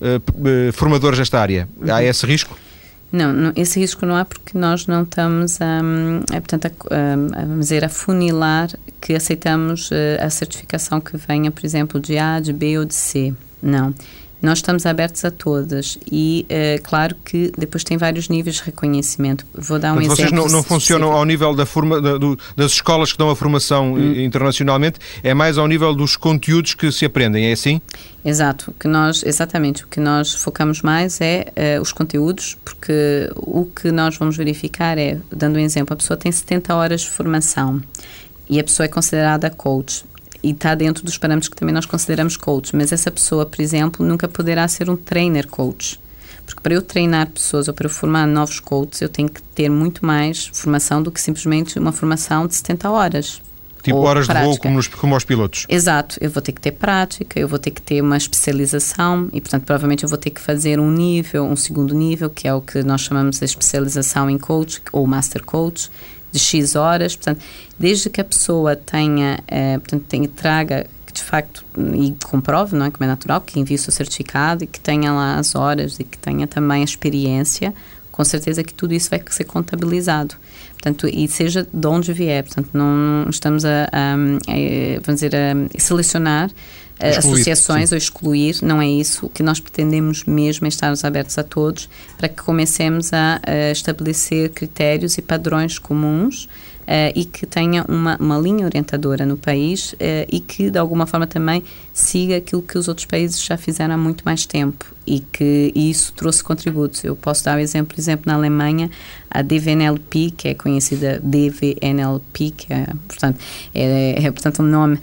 uh, uh, formadores desta área. Uhum. Há esse risco? Não, não, esse risco não há, porque nós não estamos a, a, portanto, a, a, vamos dizer, a funilar que aceitamos a certificação que venha, por exemplo, de A, de B ou de C. Não. Nós estamos abertos a todas e, uh, claro que depois tem vários níveis de reconhecimento. Vou dar um Portanto, exemplo. Vocês não, não funcionam ao nível da forma, da, do, das escolas que dão a formação hum. internacionalmente, é mais ao nível dos conteúdos que se aprendem, é assim? Exato, o que nós, exatamente, o que nós focamos mais é uh, os conteúdos, porque o que nós vamos verificar é, dando um exemplo, a pessoa tem setenta horas de formação e a pessoa é considerada coach. E está dentro dos parâmetros que também nós consideramos coach, mas essa pessoa, por exemplo, nunca poderá ser um trainer coach, porque para eu treinar pessoas ou para eu formar novos coaches, eu tenho que ter muito mais formação do que simplesmente uma formação de setenta horas. Tipo horas prática. de voo como, nos, como aos pilotos. Exato, eu vou ter que ter prática, eu vou ter que ter uma especialização e, portanto, provavelmente eu vou ter que fazer um nível, um segundo nível, que é o que nós chamamos de especialização em coach ou master coach, de X horas. Portanto, desde que a pessoa tenha, eh, portanto, tenha, traga, que de facto, e comprove, não é, como é natural, que envie o seu certificado e que tenha lá as horas e que tenha também a experiência, com certeza que tudo isso vai ser contabilizado. Portanto, e seja de onde vier. Portanto, não, não estamos a, a, a, vamos dizer, a selecionar Excluir, associações sim. ou excluir, não é isso. O que nós pretendemos mesmo é estarmos abertos a todos para que comecemos a, a estabelecer critérios e padrões comuns uh, e que tenha uma, uma linha orientadora no país uh, e que de alguma forma também siga aquilo que os outros países já fizeram há muito mais tempo e que e isso trouxe contributos. Eu posso dar um exemplo, exemplo na Alemanha, a D V N L P, que é conhecida D V N L P, que é, portanto, é, é portanto um nome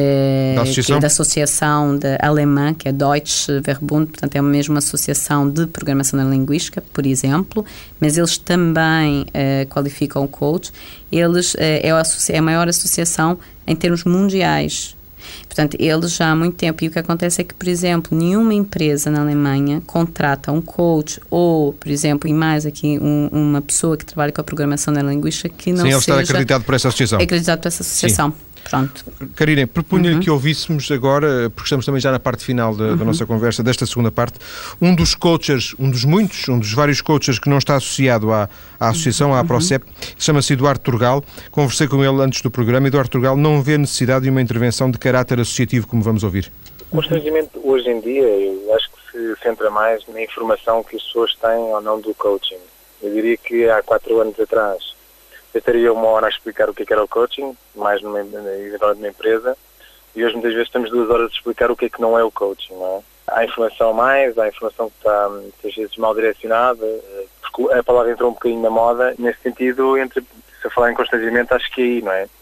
é, da, associação? Que é da associação de alemã, que é Deutsche Verbund, portanto é mesmo uma associação de programação neurolinguística, por exemplo, mas eles também é, qualificam o coach. Eles é, é, a, é a maior associação em termos mundiais. Portanto, eles já há muito tempo, e o que acontece é que, por exemplo, nenhuma empresa na Alemanha contrata um coach ou, por exemplo, e mais aqui, um, uma pessoa que trabalha com a programação neurolinguística que não Sem seja... Sem ele estar acreditado por essa associação. Acreditado por essa associação. Sim. Pronto. Karina, propunha-lhe uhum. que ouvíssemos agora, porque estamos também já na parte final da, uhum. da nossa conversa, desta segunda parte, um dos coaches, um dos muitos, um dos vários coaches que não está associado à, à associação, à ProCep, uhum. chama-se Eduardo Turgal. Conversei com ele antes do programa. Eduardo Turgal não vê necessidade de uma intervenção de caráter associativo, como vamos ouvir. O constrangimento hoje em dia, eu acho que se centra mais na informação que as pessoas têm ou não do coaching. Eu diria que há quatro anos atrás eu estaria uma hora a explicar o que é que era o coaching, mais numa, numa empresa, e hoje muitas vezes estamos duas horas a explicar o que é que não é o coaching, não é? Há informação a mais, há informação que está muitas vezes mal direcionada, porque a palavra entrou um bocadinho na moda, nesse sentido, entre, se eu falar em constrangimento, acho que é aí, não é?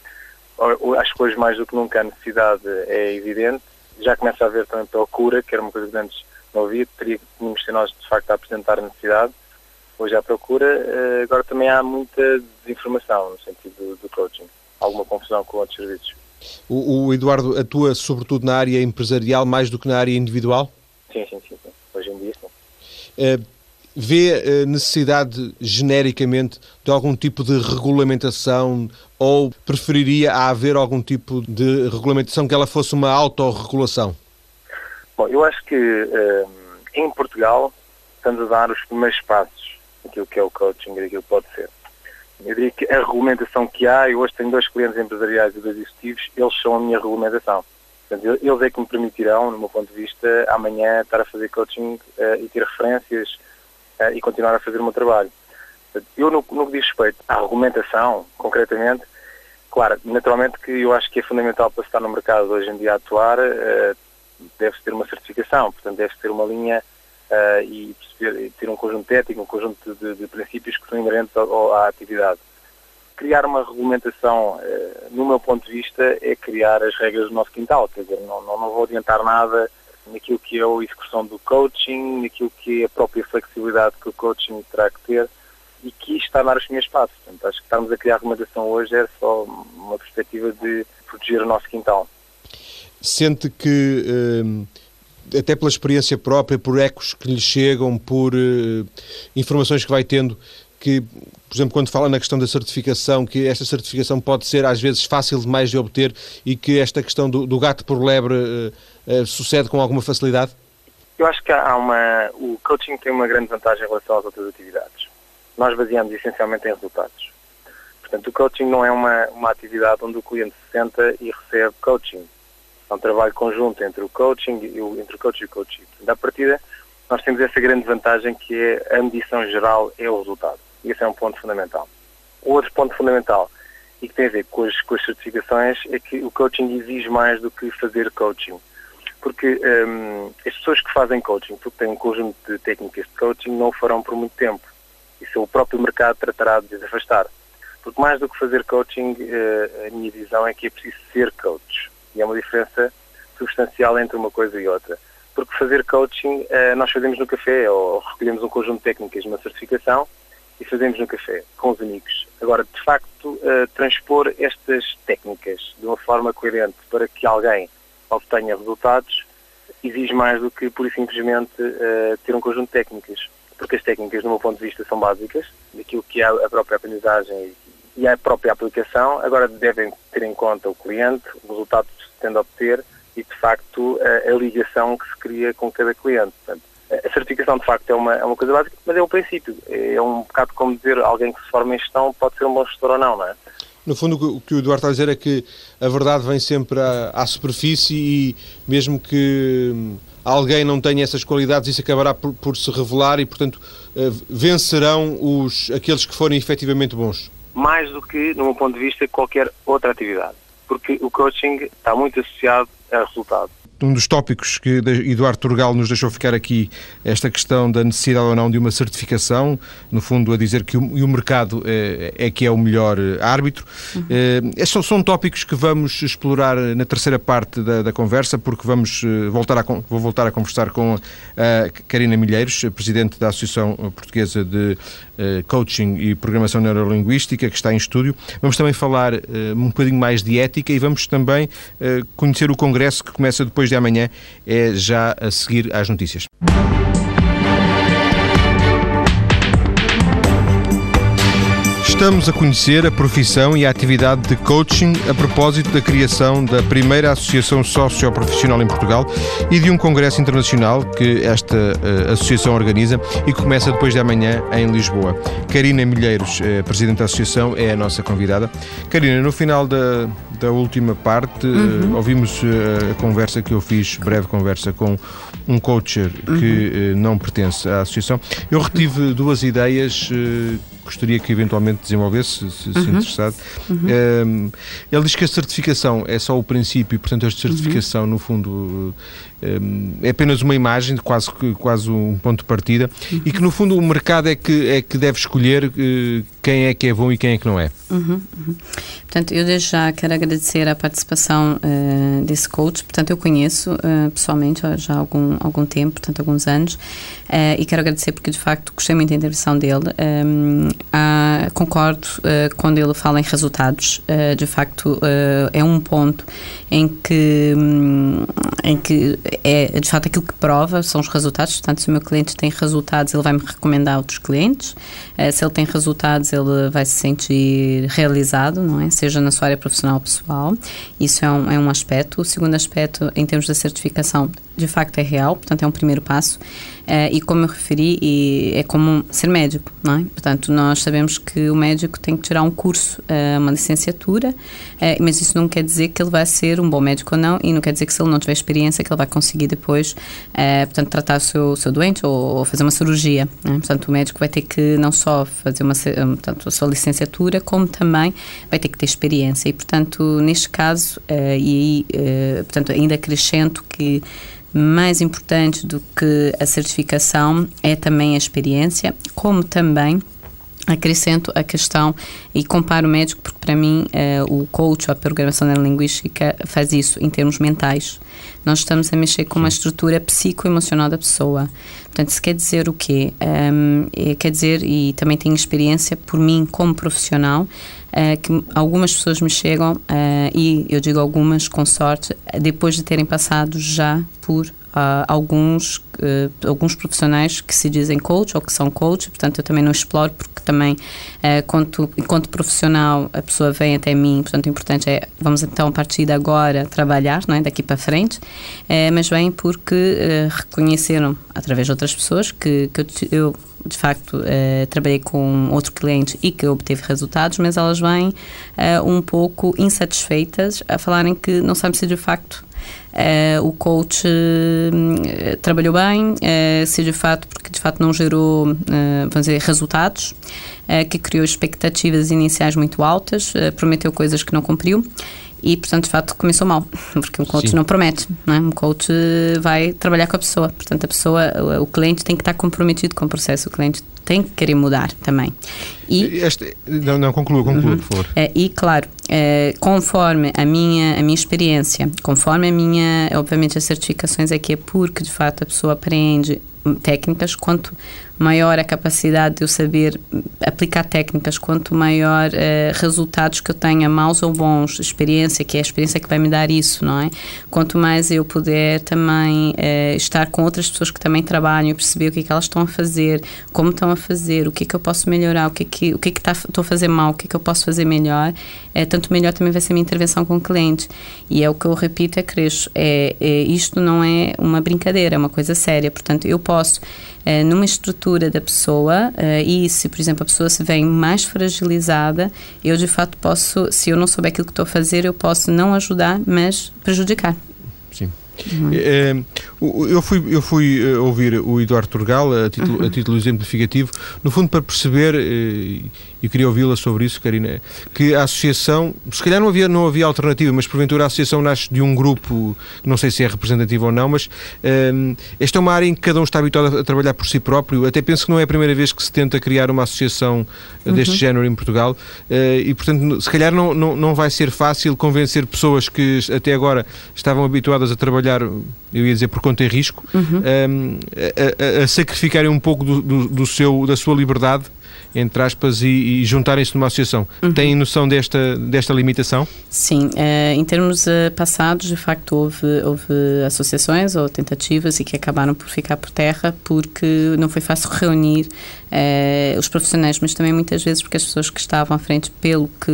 Acho que hoje mais do que nunca a necessidade é evidente, já começa a haver também procura, que era uma coisa que antes não havia, teria, tínhamos que ser nós de facto a apresentar a necessidade. Hoje há procura, agora também há muita desinformação no sentido do coaching. Alguma confusão com outros serviços. O, o Eduardo atua sobretudo na área empresarial mais do que na área individual? Sim, sim, sim. sim. Hoje em dia, sim. Uh, vê uh, necessidade, genericamente, de algum tipo de regulamentação ou preferiria haver algum tipo de regulamentação que ela fosse uma autorregulação? Bom, eu acho que uh, em Portugal estamos a dar os primeiros passos daquilo que é o coaching e daquilo que pode ser. Eu diria que a regulamentação que há, eu hoje tenho dois clientes empresariais e dois executivos, eles são a minha regulamentação. Portanto, eles é que me permitirão, no meu ponto de vista, amanhã estar a fazer coaching uh, e ter referências uh, e continuar a fazer o meu trabalho. Portanto, eu, no, no que diz respeito à regulamentação, concretamente, claro, naturalmente que eu acho que é fundamental para estar no mercado hoje em dia a atuar, uh, deve-se ter uma certificação, portanto, deve-se ter uma linha Uh, e perceber, ter um conjunto ético, um conjunto de, de princípios que são inerentes ao, à atividade. Criar uma regulamentação, uh, no meu ponto de vista, é criar as regras do nosso quintal, quer dizer, não, não, não vou adiantar nada naquilo que é a execução do coaching, naquilo que é a própria flexibilidade que o coaching terá que ter e que isto está a dar os primeiros passos. Portanto, acho que estarmos a criar a regulamentação hoje é só uma perspectiva de proteger o nosso quintal. Sente que... Hum... até pela experiência própria, por ecos que lhe chegam, por uh, informações que vai tendo, que, por exemplo, quando fala na questão da certificação, que esta certificação pode ser às vezes fácil demais de obter e que esta questão do, do gato por lebre uh, uh, sucede com alguma facilidade? Eu acho que há uma... O coaching tem uma grande vantagem em relação às outras atividades. Nós baseamos essencialmente em resultados. Portanto, o coaching não é uma, uma atividade onde o cliente se senta e recebe coaching. É um trabalho conjunto entre o coaching e o, entre o coach e o coaching. Da partida, nós temos essa grande vantagem que é a medição geral é o resultado. E esse é um ponto fundamental. O outro ponto fundamental, e que tem a ver com as, com as certificações, é que o coaching exige mais do que fazer coaching. Porque hum, as pessoas que fazem coaching, porque têm um conjunto de técnicas de coaching, não o farão por muito tempo. Isso o próprio mercado tratará de desafastar. Porque mais do que fazer coaching, a minha visão é que é preciso ser coach. E há uma diferença substancial entre uma coisa e outra. Porque fazer coaching nós fazemos no café, ou recolhemos um conjunto de técnicas numa certificação e fazemos no café, com os amigos. Agora, de facto, transpor estas técnicas de uma forma coerente para que alguém obtenha resultados exige mais do que, pura e simplesmente, ter um conjunto de técnicas. Porque as técnicas, do meu ponto de vista, são básicas, daquilo que é a própria aprendizagem e a própria aplicação. Agora devem ter em conta o cliente, o resultado que se tende a obter e, de facto, a, a ligação que se cria com cada cliente. Portanto, a certificação, de facto, é uma, é uma coisa básica, mas é o princípio. É um bocado como dizer alguém que se forma em gestão pode ser um bom gestor ou não, não é? No fundo, o que o Eduardo está a dizer é que a verdade vem sempre à, à superfície e mesmo que alguém não tenha essas qualidades, isso acabará por, por se revelar e, portanto, vencerão os, aqueles que forem efetivamente bons. Mais do que, no meu ponto de vista, qualquer outra atividade. Porque o coaching está muito associado a resultado. Um dos tópicos que Eduardo Turgal nos deixou ficar aqui, esta questão da necessidade ou não de uma certificação, no fundo a dizer que o, o mercado é, é que é o melhor árbitro. Uhum. É, são, são tópicos que vamos explorar na terceira parte da, da conversa, porque vamos voltar a, vou voltar a conversar com a Carina Milheiros, Presidente da Associação Portuguesa de Coaching e Programação Neurolinguística, que está em estúdio. Vamos também falar um bocadinho mais de ética e vamos também conhecer o congresso que começa depois de amanhã, é já a seguir às notícias. Estamos a conhecer a profissão e a atividade de coaching a propósito da criação da primeira associação socioprofissional em Portugal e de um congresso internacional que esta uh, associação organiza e que começa depois de amanhã em Lisboa. Carina Milheiros, uh, Presidente da Associação, é a nossa convidada. Carina, no final da, da última parte, uhum. uh, ouvimos uh, a conversa que eu fiz, breve conversa com um coacher que uhum. uh, não pertence à associação. Eu retive duas ideias uh, gostaria que eventualmente desenvolvesse, se, se uhum. interessado. Uhum. Um, ele diz que a certificação é só o princípio e, portanto, a certificação, uhum. no fundo, um, é apenas uma imagem, quase, quase um ponto de partida, uhum. e que, no fundo, o mercado é que, é que deve escolher uh, quem é que é bom e quem é que não é. Uhum. Uhum. Portanto, eu desde já quero agradecer a participação uh, desse coach. Portanto, eu conheço uh, pessoalmente já há algum, algum tempo, portanto, alguns anos, uh, e quero agradecer porque, de facto, gostei muito da intervenção dele. Um, uh, concordo uh, quando ele fala em resultados. Uh, de facto, uh, é um ponto em que, um, em que é, de facto, aquilo que prova são os resultados. Portanto, se o meu cliente tem resultados, ele vai me recomendar a outros clientes. Uh, se ele tem resultados, ele vai se sentir realizado, não é? Seja na sua área profissional ou pessoal. Isso é um, é um aspecto. O segundo aspecto, em termos da certificação, de facto é real, portanto é um primeiro passo. Uh, e como eu referi, e é como ser médico, não é? Portanto, nós sabemos que o médico tem que tirar um curso, uh, uma licenciatura, uh, mas isso não quer dizer que ele vai ser um bom médico ou não, e não quer dizer que se ele não tiver experiência que ele vai conseguir depois, uh, portanto, tratar o seu, o seu doente ou, ou fazer uma cirurgia, não é? Portanto, o médico vai ter que não só fazer uma, portanto, a sua licenciatura, como também vai ter que ter experiência. E, portanto, neste caso, uh, e uh, portanto, ainda acrescento que mais importante do que a certificação é também a experiência, como também acrescento a questão e comparo o médico, porque para mim uh, o coach ou a programação neurolinguística faz isso em termos mentais. Nós estamos a mexer com uma estrutura psicoemocional da pessoa. Portanto, isso quer dizer o quê? Um, é, quer dizer, e também tenho experiência por mim como profissional, Uh, que algumas pessoas me chegam, uh, e eu digo algumas com sorte, depois de terem passado já por uh, alguns, uh, alguns profissionais que se dizem coach ou que são coach. Portanto, eu também não exploro, porque também, uh, quanto, enquanto profissional, a pessoa vem até mim, portanto, o importante é, vamos então, a partir de agora, trabalhar, não é? Daqui para frente, uh, mas vem porque uh, reconheceram, através de outras pessoas, que, que eu, eu de facto, uh, trabalhei com outro cliente e que obteve resultados, mas elas vêm uh, um pouco insatisfeitas a falarem que não sabem se de facto uh, o coach uh, trabalhou bem, uh, se de facto, porque de facto não gerou, uh, vamos dizer, resultados, uh, que criou expectativas iniciais muito altas, uh, prometeu coisas que não cumpriu. E, portanto, de facto, começou mal, porque um coach Sim. não promete, não é? Um coach vai trabalhar com a pessoa, portanto, a pessoa, o, o cliente tem que estar comprometido com o processo, o cliente tem que querer mudar também. E, este, não, não, conclua, conclua, uhum. por favor. É, e, claro, é, conforme a minha, a minha experiência, conforme a minha, obviamente, as certificações aqui é porque, de facto, a pessoa aprende técnicas, quanto maior a capacidade de eu saber aplicar técnicas, quanto maior uh, resultados que eu tenha, maus ou bons, experiência, que é a experiência que vai me dar isso, não é? Quanto mais eu puder também uh, estar com outras pessoas que também trabalham e perceber o que é que elas estão a fazer, como estão a fazer, o que é que eu posso melhorar, o que é que, o que, é que tá, estou a fazer mal, o que é que eu posso fazer melhor, uh, tanto melhor também vai ser a minha intervenção com o cliente. E é o que eu repito, é cresço. É, é, isto não é uma brincadeira, é uma coisa séria. Portanto, eu posso, uh, numa estrutura da pessoa, uh, e se, por exemplo, a pessoa se vem mais fragilizada, eu de fato posso, se eu não souber aquilo que estou a fazer, eu posso não ajudar, mas prejudicar. Sim. Uhum. É, eu fui, eu fui ouvir o Eduardo Turgal a título, uhum. a título exemplificativo, no fundo para perceber, e eu queria ouvi-la sobre isso, Karina, que a associação, se calhar não havia, não havia alternativa, mas porventura a associação nasce de um grupo, não sei se é representativo ou não, mas um, esta é uma área em que cada um está habituado a trabalhar por si próprio. Até penso que não é a primeira vez que se tenta criar uma associação uhum. deste género em Portugal, uh, e portanto se calhar não, não, não vai ser fácil convencer pessoas que até agora estavam habituadas a trabalhar, eu ia dizer por conta e risco, uhum. um, a, a, a sacrificarem um pouco do, do, do seu, da sua liberdade, entre aspas, e, e juntarem-se numa associação. Uhum. Têm noção desta, desta limitação? Sim, uh, em termos uh, passados, de facto, houve, houve associações ou tentativas e que acabaram por ficar por terra porque não foi fácil reunir uh, os profissionais, mas também muitas vezes porque as pessoas que estavam à frente, pelo que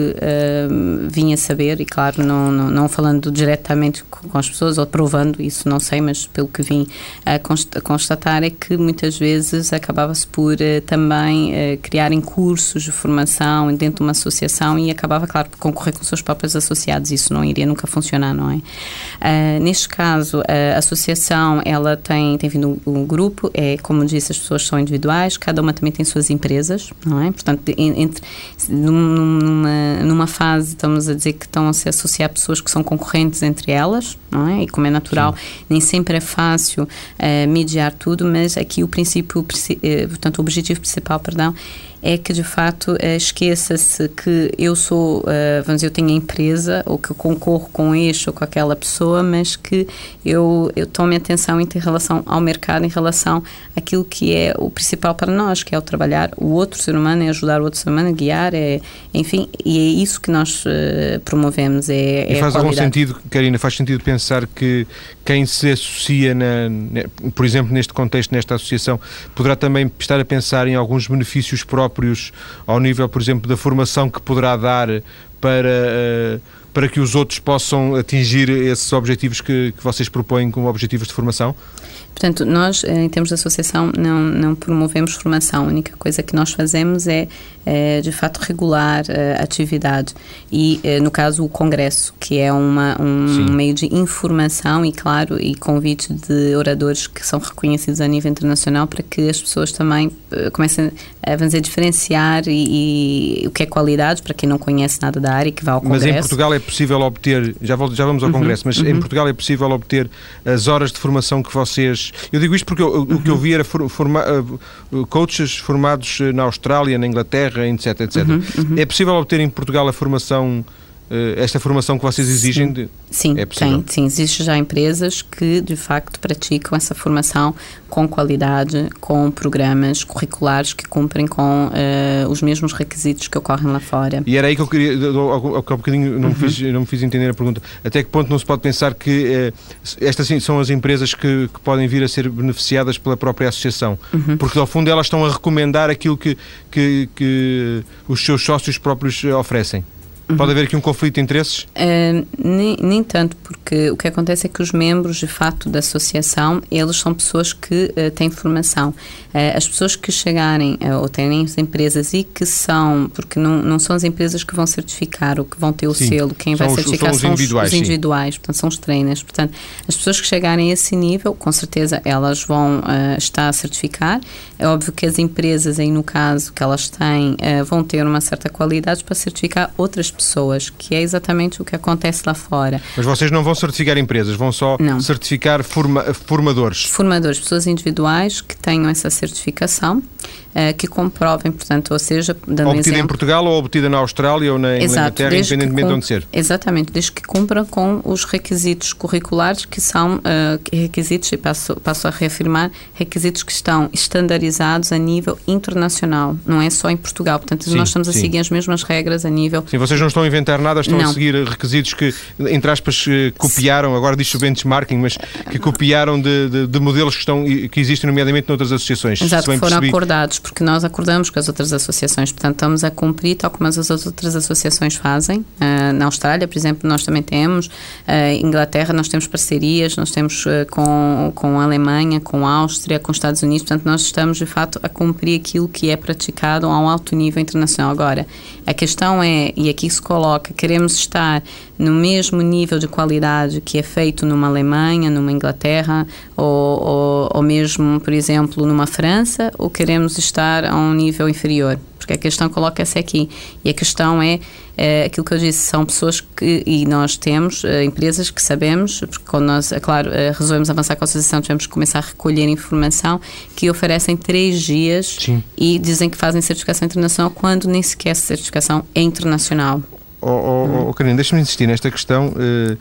uh, vinha saber, e claro, não, não, não falando diretamente com as pessoas ou provando, isso não sei, mas pelo que vim a constatar é que muitas vezes acabava-se por uh, também uh, criarem cursos de formação dentro de uma associação e acabava, claro, por concorrer com os seus próprios associados. Isso não iria nunca funcionar, não é? Uh, neste caso, a associação, ela tem, tem vindo um, um grupo, é, como disse, as pessoas são individuais, cada uma também tem suas empresas, não é? Portanto, entre, numa, numa fase, estamos a dizer que estão a se associar pessoas que são concorrentes entre elas, não é? E como é natural, Sim. nem sempre é fácil uh, mediar tudo, mas aqui o princípio, uh, portanto, o objetivo principal, perdão, é que, de fato, esqueça-se que eu sou, vamos dizer, eu tenho a empresa, ou que eu concorro com este ou com aquela pessoa, mas que eu, eu tome atenção em relação ao mercado, em relação àquilo que é o principal para nós, que é o trabalhar o outro ser humano, é ajudar o outro ser humano, a guiar, é, enfim, e é isso que nós uh, promovemos. É, e é faz algum sentido, Karina, faz sentido pensar que quem se associa, na, na, por exemplo, neste contexto, nesta associação, poderá também estar a pensar em alguns benefícios próprios ao nível, por exemplo, da formação que poderá dar para, uh, para que os outros possam atingir esses objetivos que, que vocês propõem como objetivos de formação? Portanto, nós, em termos de associação, não, não promovemos formação. A única coisa que nós fazemos é, é de fato, regular a atividade. E, no caso, o congresso, que é uma, um Sim. meio de informação e, claro, e convite de oradores que são reconhecidos a nível internacional para que as pessoas também comecem a, vamos dizer, diferenciar e, e o que é qualidade, para quem não conhece nada da área e que vá ao congresso. Mas em Portugal é possível obter, já, vou, já vamos ao uhum, congresso, mas uhum. em Portugal é possível obter as horas de formação que vocês... Eu digo isto porque eu, uhum. o que eu vi era forma, uh, coaches formados na Austrália, na Inglaterra, etc, et cetera. Uhum, uhum. É possível obter em Portugal a formação, uh, esta formação que vocês exigem? Sim, de... sim, é possível? tem, sim. Existem já empresas que, de facto, praticam essa formação com qualidade, com programas curriculares que cumprem com uh, os mesmos requisitos que ocorrem lá fora. E era aí que eu queria, ao, ao bocadinho não, uhum. me fiz, não me fiz entender a pergunta, até que ponto não se pode pensar que uh, estas são as empresas que, que podem vir a ser beneficiadas pela própria associação, uhum. porque ao fundo elas estão a recomendar aquilo que, que, que os seus sócios próprios oferecem. Pode uhum. haver aqui um conflito de interesses? Uh, nem, nem tanto, porque o que acontece é que os membros, de facto, da associação, eles são pessoas que uh, têm formação. Uh, as pessoas que chegarem, uh, ou têm as empresas e que são, porque não, não são as empresas que vão certificar ou que vão ter o sim. selo, quem são vai os, certificar são os são individuais, os, os individuais, portanto, são os trainers. Portanto, as pessoas que chegarem a esse nível, com certeza elas vão uh, estar a certificar. É óbvio que as empresas, aí no caso, que elas têm, uh, vão ter uma certa qualidade para certificar outras pessoas, que é exatamente o que acontece lá fora. Mas vocês não vão certificar empresas, vão só não. certificar forma, formadores? Formadores, pessoas individuais que tenham essa certificação, uh, que comprovem, portanto, ou seja, dando obtida exemplo, em Portugal ou obtida na Austrália ou na Exato, Inglaterra, independentemente com, de onde ser? Exatamente, desde que cumpra com os requisitos curriculares, que são uh, requisitos, e passo, passo a reafirmar, requisitos que estão estandarizados a nível internacional, não é só em Portugal. Portanto, sim, nós estamos sim. a seguir as mesmas regras a nível... Sim, vocês não estão a inventar nada, estão não. a seguir requisitos que, entre aspas, copiaram, agora diz-se o benchmarking, mas que copiaram de, de, de modelos que, estão, que existem nomeadamente noutras associações. Exato, que foram percebi. acordados, porque nós acordamos com as outras associações, portanto estamos a cumprir tal como as outras associações fazem. Uh, na Austrália, por exemplo, nós também temos, uh, Inglaterra, nós temos parcerias, nós temos uh, com, com a Alemanha, com a Áustria, com os Estados Unidos, portanto nós estamos de fato a cumprir aquilo que é praticado a um alto nível internacional. Agora, a questão é, e aqui se coloca, queremos estar no mesmo nível de qualidade que é feito numa Alemanha, numa Inglaterra ou, ou, ou mesmo, por exemplo, numa França, ou queremos estar a um nível inferior? Porque a questão coloca-se aqui. E a questão é, é aquilo que eu disse, são pessoas que, e nós temos é, empresas que sabemos, porque quando nós, é claro, é, resolvemos avançar com a associação, tivemos que começar a recolher informação, que oferecem três dias Sim. e dizem que fazem certificação internacional quando nem sequer essa certificação é internacional. Oh, oh, oh, Karina, deixa-me insistir nesta questão. Uh,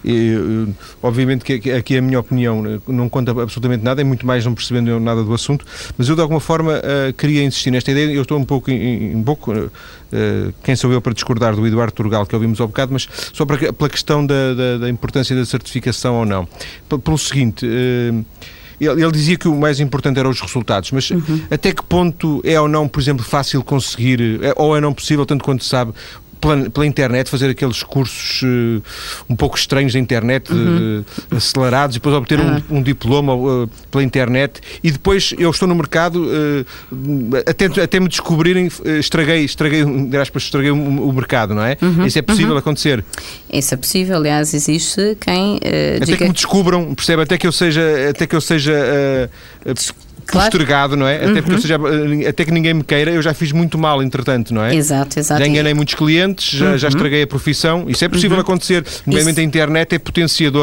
uh, uh, obviamente que aqui a minha opinião não conta absolutamente nada, é muito mais não percebendo nada do assunto, mas eu de alguma forma uh, queria insistir nesta ideia. Eu estou um pouco, um pouco uh, quem sou eu para discordar do Eduardo Turgal, que ouvimos há bocado, mas só para, pela questão da, da, da importância da certificação ou não. P- pelo seguinte... Uh, Ele dizia que o mais importante eram os resultados, mas uhum. até que ponto é ou não, por exemplo, fácil conseguir, ou é não possível, tanto quanto sabe, pela, pela internet, fazer aqueles cursos uh, um pouco estranhos da internet, uhum. uh, acelerados, e depois obter uhum. um, um diploma uh, pela internet, e depois eu estou no mercado, uh, até, até me descobrirem, uh, estraguei, estraguei, aspas, estraguei o, o mercado, não é? Uhum. Isso é possível uhum. acontecer? Isso é possível, aliás, existe quem... Uh, até diga... que me descubram, percebe? Até que eu seja... Até que eu seja uh, uh, Claro. postergado, não é? Até, porque, uhum. ou seja, até que ninguém me queira, eu já fiz muito mal, entretanto, não é? Exato, exato. Já enganei muitos clientes, já, uhum. já estraguei a profissão. Isso é possível uhum. acontecer. Nomeadamente a internet é potenciadora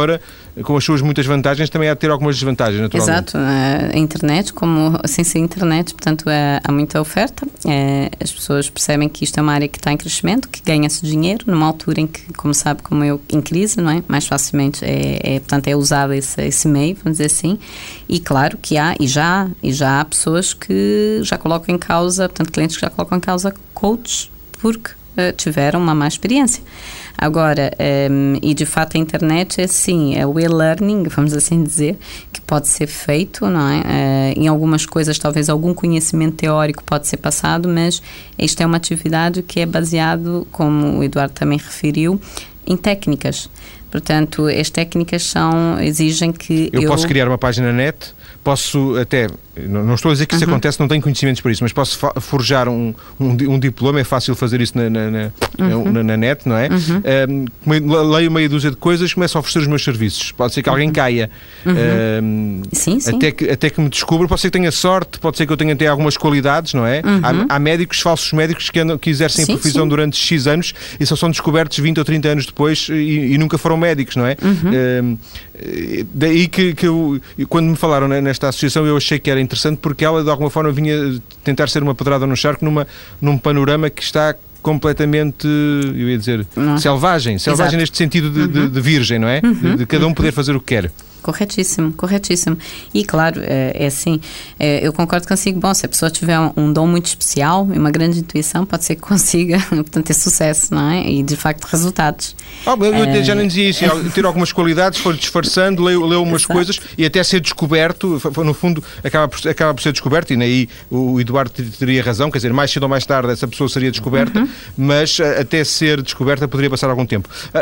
com as suas muitas vantagens, também há de ter algumas desvantagens, naturalmente. Exato. A internet, como sem ser internet, portanto, há muita oferta. As pessoas percebem que isto é uma área que está em crescimento, que ganha-se dinheiro, numa altura em que, como sabe, como eu, em crise, não é? Mais facilmente é, é, portanto, é usado esse, esse meio, vamos dizer assim. E claro que há, e já, e já há pessoas que já colocam em causa, portanto, clientes que já colocam em causa coaches, porque uh, tiveram uma má experiência. Agora, um, e de fato a internet é sim, é o e-learning, vamos assim dizer, que pode ser feito, não é? Uh, em algumas coisas talvez algum conhecimento teórico pode ser passado, mas isto é uma atividade que é baseado, como o Eduardo também referiu, em técnicas. Portanto, as técnicas são, exigem que eu... Eu posso criar uma página na net, posso até, não estou a dizer que isso uhum. acontece, não tenho conhecimentos para isso, mas posso forjar um, um, um diploma, é fácil fazer isso na, na, na, uhum. na, na net, não é? Uhum. Um, leio meia dúzia de coisas, começo a oferecer os meus serviços. Pode ser que alguém caia. Uhum. Um, sim, sim. Até que, até que me descubra, pode ser que tenha sorte, pode ser que eu tenha até algumas qualidades, não é? Uhum. Há, há médicos, falsos médicos que, andam, que exercem sim, a profissão sim. durante X anos e só são descobertos vinte ou trinta anos depois e, e nunca foram médicos, não é? Uhum. Um, daí que, que eu, quando me falaram nesta associação, eu achei que era interessante porque ela de alguma forma vinha tentar ser uma pedrada no charco numa, num panorama que está completamente, eu ia dizer, não. selvagem, selvagem Exato. Neste sentido de, uhum. de, de virgem, não é? Uhum. De, de cada um poder fazer o que quer. Corretíssimo, corretíssimo. E claro, é, é assim, é, eu concordo consigo, bom, se a pessoa tiver um, um dom muito especial e uma grande intuição, pode ser que consiga, portanto, ter sucesso, não é? E de facto resultados. Oh, eu é, já nem dizia isso, ter algumas qualidades, for disfarçando, leu, leu umas Exato. Coisas e até ser descoberto, no fundo acaba por, acaba por ser descoberto, e aí o Eduardo teria razão, quer dizer, mais cedo ou mais tarde essa pessoa seria descoberta, uhum. mas até ser descoberta poderia passar algum tempo. A,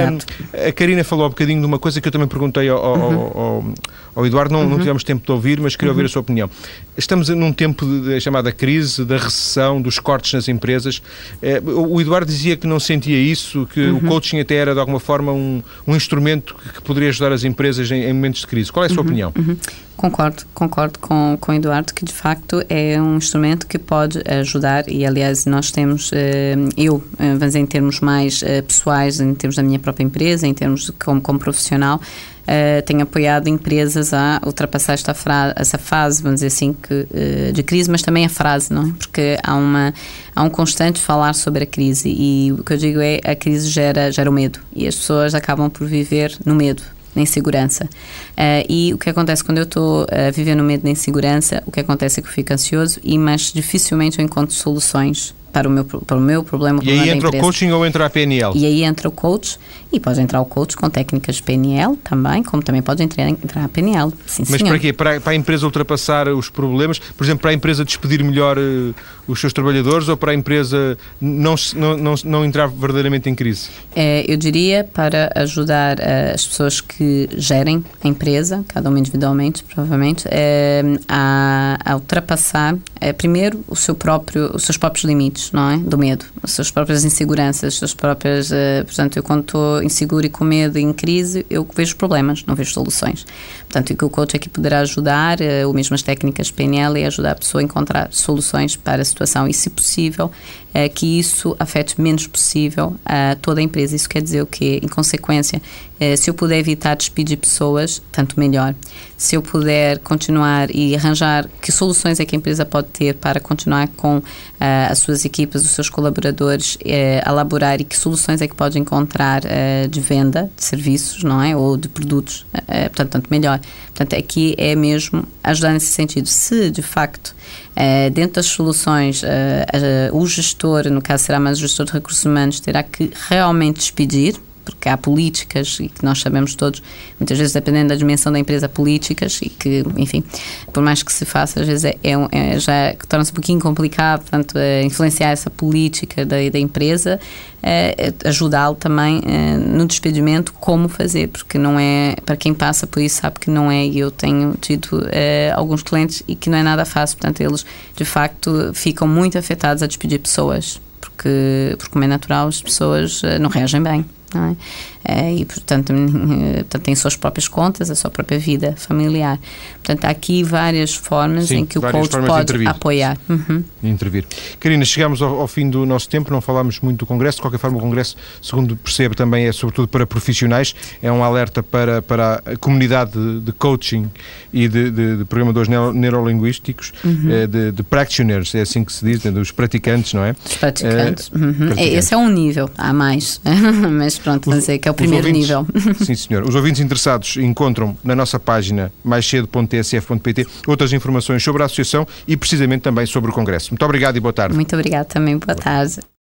a, a, a Karina falou um bocadinho de uma coisa que eu também perguntei ao, ao Ao, ao, ao Eduardo, não, uhum. não tivemos tempo de ouvir, mas queria ouvir a sua opinião. Estamos num tempo da chamada crise, da recessão, dos cortes nas empresas. Eh, o Eduardo dizia que não sentia isso, que uhum. o coaching até era de alguma forma um, um instrumento que poderia ajudar as empresas em, em momentos de crise. Qual é a sua uhum. opinião? Uhum. Concordo, concordo com, com o Eduardo que de facto é um instrumento que pode ajudar e aliás nós temos, eu, vamos dizer, em termos mais pessoais, em termos da minha própria empresa, em termos de como, como profissional, Uh, tenho apoiado empresas a ultrapassar esta fra- essa fase, vamos dizer assim, que, uh, de crise, mas também a frase, não é? Porque há, uma, há um constante falar sobre a crise e o que eu digo é a crise gera, gera o medo e as pessoas acabam por viver no medo, na insegurança. Uh, e o que acontece quando eu estou a viver no medo, na insegurança, o que acontece é que eu fico ansioso e mas dificilmente eu encontro soluções para o meu, para o meu problema. O e problema aí da entra empresa. O coaching ou entra a P N L? E aí entra o coach, e pode entrar o coach com técnicas de P N L também, como também pode entrar, entrar a P N L. Sim, mas senhor. para quê? Para, para a empresa ultrapassar os problemas? Por exemplo, para a empresa despedir melhor uh, os seus trabalhadores ou para a empresa não, não, não, não entrar verdadeiramente em crise? É, eu diria para ajudar uh, as pessoas que gerem a empresa, cada uma individualmente, provavelmente, é, a, a ultrapassar, é, primeiro, o seu próprio, os seus próprios limites, não é? Do medo, as suas próprias inseguranças, as suas próprias... Uh, portanto, eu quando estou inseguro e com medo e em crise, eu vejo problemas, não vejo soluções. Portanto, o que o coach aqui poderá ajudar, uh, ou mesmo as técnicas P N L, é ajudar a pessoa a encontrar soluções para a situação e, se possível, uh, que isso afete menos possível a uh, toda a empresa. Isso quer dizer o quê? Em consequência, uh, se eu puder evitar despedir pessoas, tanto melhor. Se eu puder continuar e arranjar que soluções é que a empresa pode ter para continuar com uh, as suas equipas, os seus colaboradores uh, a elaborar e que soluções é que pode encontrar uh, de venda de serviços, não é? Ou de produtos, uh, portanto, tanto melhor. Portanto, aqui é mesmo ajudar nesse sentido. Se, de facto, uh, dentro das soluções, uh, uh, o gestor, no caso será mais o gestor de recursos humanos, terá que realmente despedir, porque há políticas e que nós sabemos todos, muitas vezes dependendo da dimensão da empresa, políticas e que, enfim, por mais que se faça, às vezes é, é, é já torna-se um pouquinho complicado, portanto, é, influenciar essa política da, da empresa, é, é, ajudá-lo também é, no despedimento, como fazer, porque não é, para quem passa por isso sabe que não é, e eu tenho tido é, alguns clientes e que não é nada fácil, portanto, eles de facto ficam muito afetados a despedir pessoas, porque, porque como é natural, as pessoas não reagem bem. não é? E, portanto, portanto, tem suas próprias contas, a sua própria vida familiar. Portanto, há aqui várias formas Sim, em que o coach pode apoiar. Uhum. Intervir. Karina, chegamos ao, ao fim do nosso tempo, não falámos muito do Congresso. De qualquer forma, o Congresso, segundo percebo, também é sobretudo para profissionais, é um alerta para, para a comunidade de, de coaching e de, de, de programadores neuro, neurolinguísticos, uhum. de, de practitioners, é assim que se diz, dos praticantes, não é? Os praticantes. Uh, uhum. praticantes. Esse é um nível, há mais, mas pronto, vamos dizer que é o primeiro ouvintes, nível. Sim, senhor. Os ouvintes interessados encontram na nossa página mais cedo ponto t s f ponto p t outras informações sobre a Associação e precisamente também sobre o Congresso. Muito obrigado e boa tarde. Muito obrigado também, boa tarde.